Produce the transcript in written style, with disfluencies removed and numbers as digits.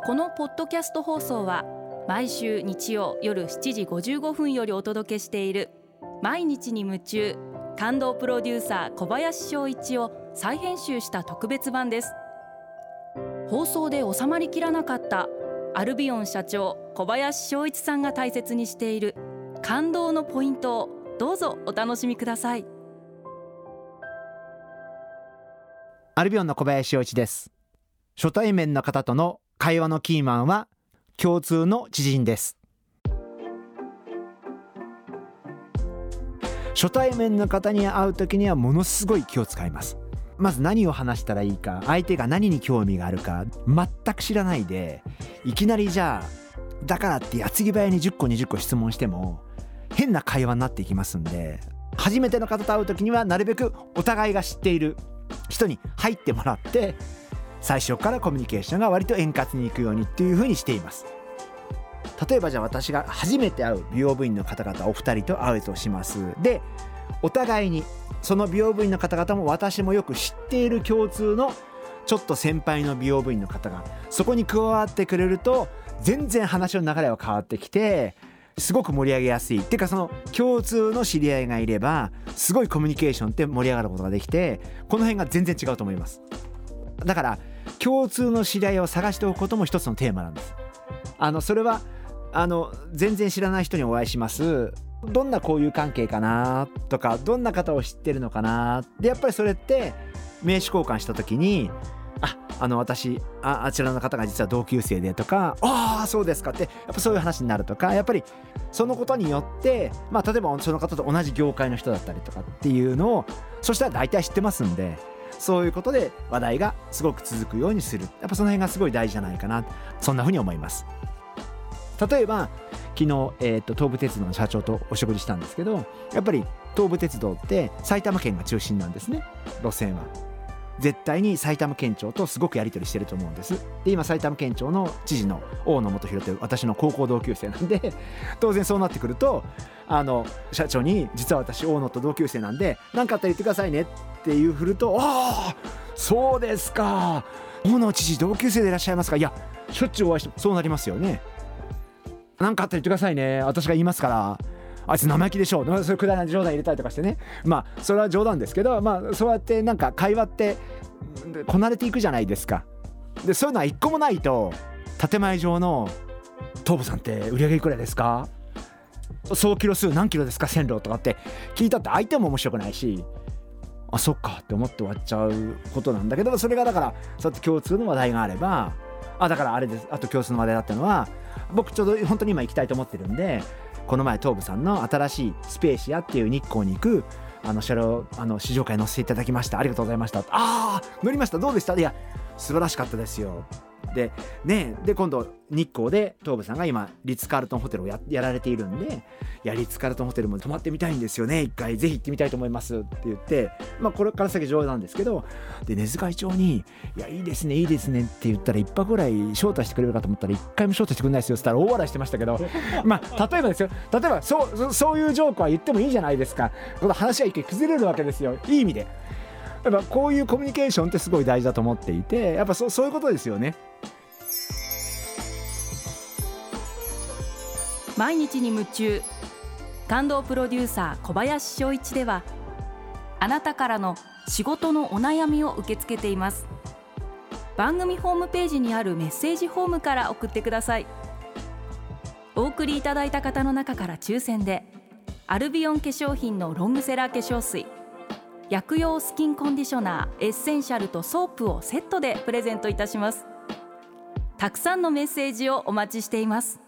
このポッドキャスト放送は毎週日曜夜7時55分よりお届けしている毎日に夢中感動プロデューサー小林翔一を再編集した特別版です。放送で収まりきらなかったアルビオン社長小林翔一さんが大切にしている感動のポイントをどうぞお楽しみください。 アルビオンの小林翔一です。初対面の方との会話のキーマンは共通の知人です。初対面の方に会うときにはものすごい気を使います。まず何を話したらいいか、相手が何に興味があるか全く知らないで、いきなりじゃあだからって矢継ぎ早に10個20個質問しても変な会話になっていきますんで、初めての方と会うときにはなるべくお互いが知っている人に入ってもらって、最初からコミュニケーションが割と円滑にいくようにっていう風にしています。例えばじゃあ私が初めて会う美容部員の方々お二人と会うとします。で、お互いにその美容部員の方々も私もよく知っている共通のちょっと先輩の美容部員の方がそこに加わってくれると、全然話の流れは変わってきてすごく盛り上げやすい。っていうか、その共通の知り合いがいればすごいコミュニケーションって盛り上がることができて、この辺が全然違うと思います。だから共通の知り合いを探しておくことも一つのテーマなんです。それは全然知らない人にお会いします。どんな交友関係かなとか、どんな方を知ってるのかなで、やっぱりそれって名刺交換した時に私あちらの方が実は同級生でとか、そうですかってやっぱそういう話になるとか、やっぱりそのことによって、例えばその方と同じ業界の人だったりとかっていうのを、そしたら大体知ってますんで、そういうことで話題がすごく続くようにする。やっぱその辺がすごい大事じゃないかな、そんなふうに思います。例えば昨日、東武鉄道の社長とお食事したんですけど、やっぱり東武鉄道って埼玉県が中心なんですね。路線は絶対に埼玉県庁とすごくやり取りしてると思うんです。で、今埼玉県庁の知事の大野元弘という私の高校同級生なんで、当然そうなってくると社長に実は私大野と同級生なんで何かあったら言ってくださいねっていう振ると、そうですか、大野知事同級生でいらっしゃいますか。いや、しょっちゅうお会いして、そうなりますよね。何かあったら言ってくださいね、私が言いますから。あいつ生意気でしょ、そういうくだらない冗談入れたりとかしてね。それは冗談ですけど、そうやってなんか会話ってこなれていくじゃないですか。で、そういうのは一個もないと、建前上の東武さんって売り上げいくらですか、総キロ数何キロですか、線路とかって聞いたって相手も面白くないし、そっかって思って終わっちゃうことなんだけど、それがだからそうやって共通の話題があれば、だからあれです。あと共通の話題だったのは、僕ちょうど本当に今行きたいと思ってるんで、この前東武さんの新しいスペーシアっていう日光に行く車両試乗会乗せていただきました、ありがとうございました。乗りました、どうでした。いや、素晴らしかったですよ。で今度日光で東武さんが今リッツカールトンホテルを やられているんで、いやリッツカールトンホテルも泊まってみたいんですよね、一回ぜひ行ってみたいと思いますって言って、これから先冗談なんですけど、で根津会長にいやいいですねいいですねって言ったら、一泊ぐらい招待してくれるかと思ったら一回も招待してくれないですよって言ったら大笑いしてましたけど例えばですよ、例えばそういうジョークは言ってもいいじゃないですか。この話が一回崩れるわけですよ、いい意味で。やっぱこういうコミュニケーションってすごい大事だと思っていて、やっぱそういうことですよね。 毎日に夢中感動プロデューサー小林翔一では、あなたからの仕事のお悩みを受け付けています。番組ホームページにあるメッセージフォームから送ってください。お送りいただいた方の中から抽選でアルビオン化粧品のロングセラー化粧水、薬用スキンコンディショナーエッセンシャルとソープをセットでプレゼントいたします。たくさんのメッセージをお待ちしています。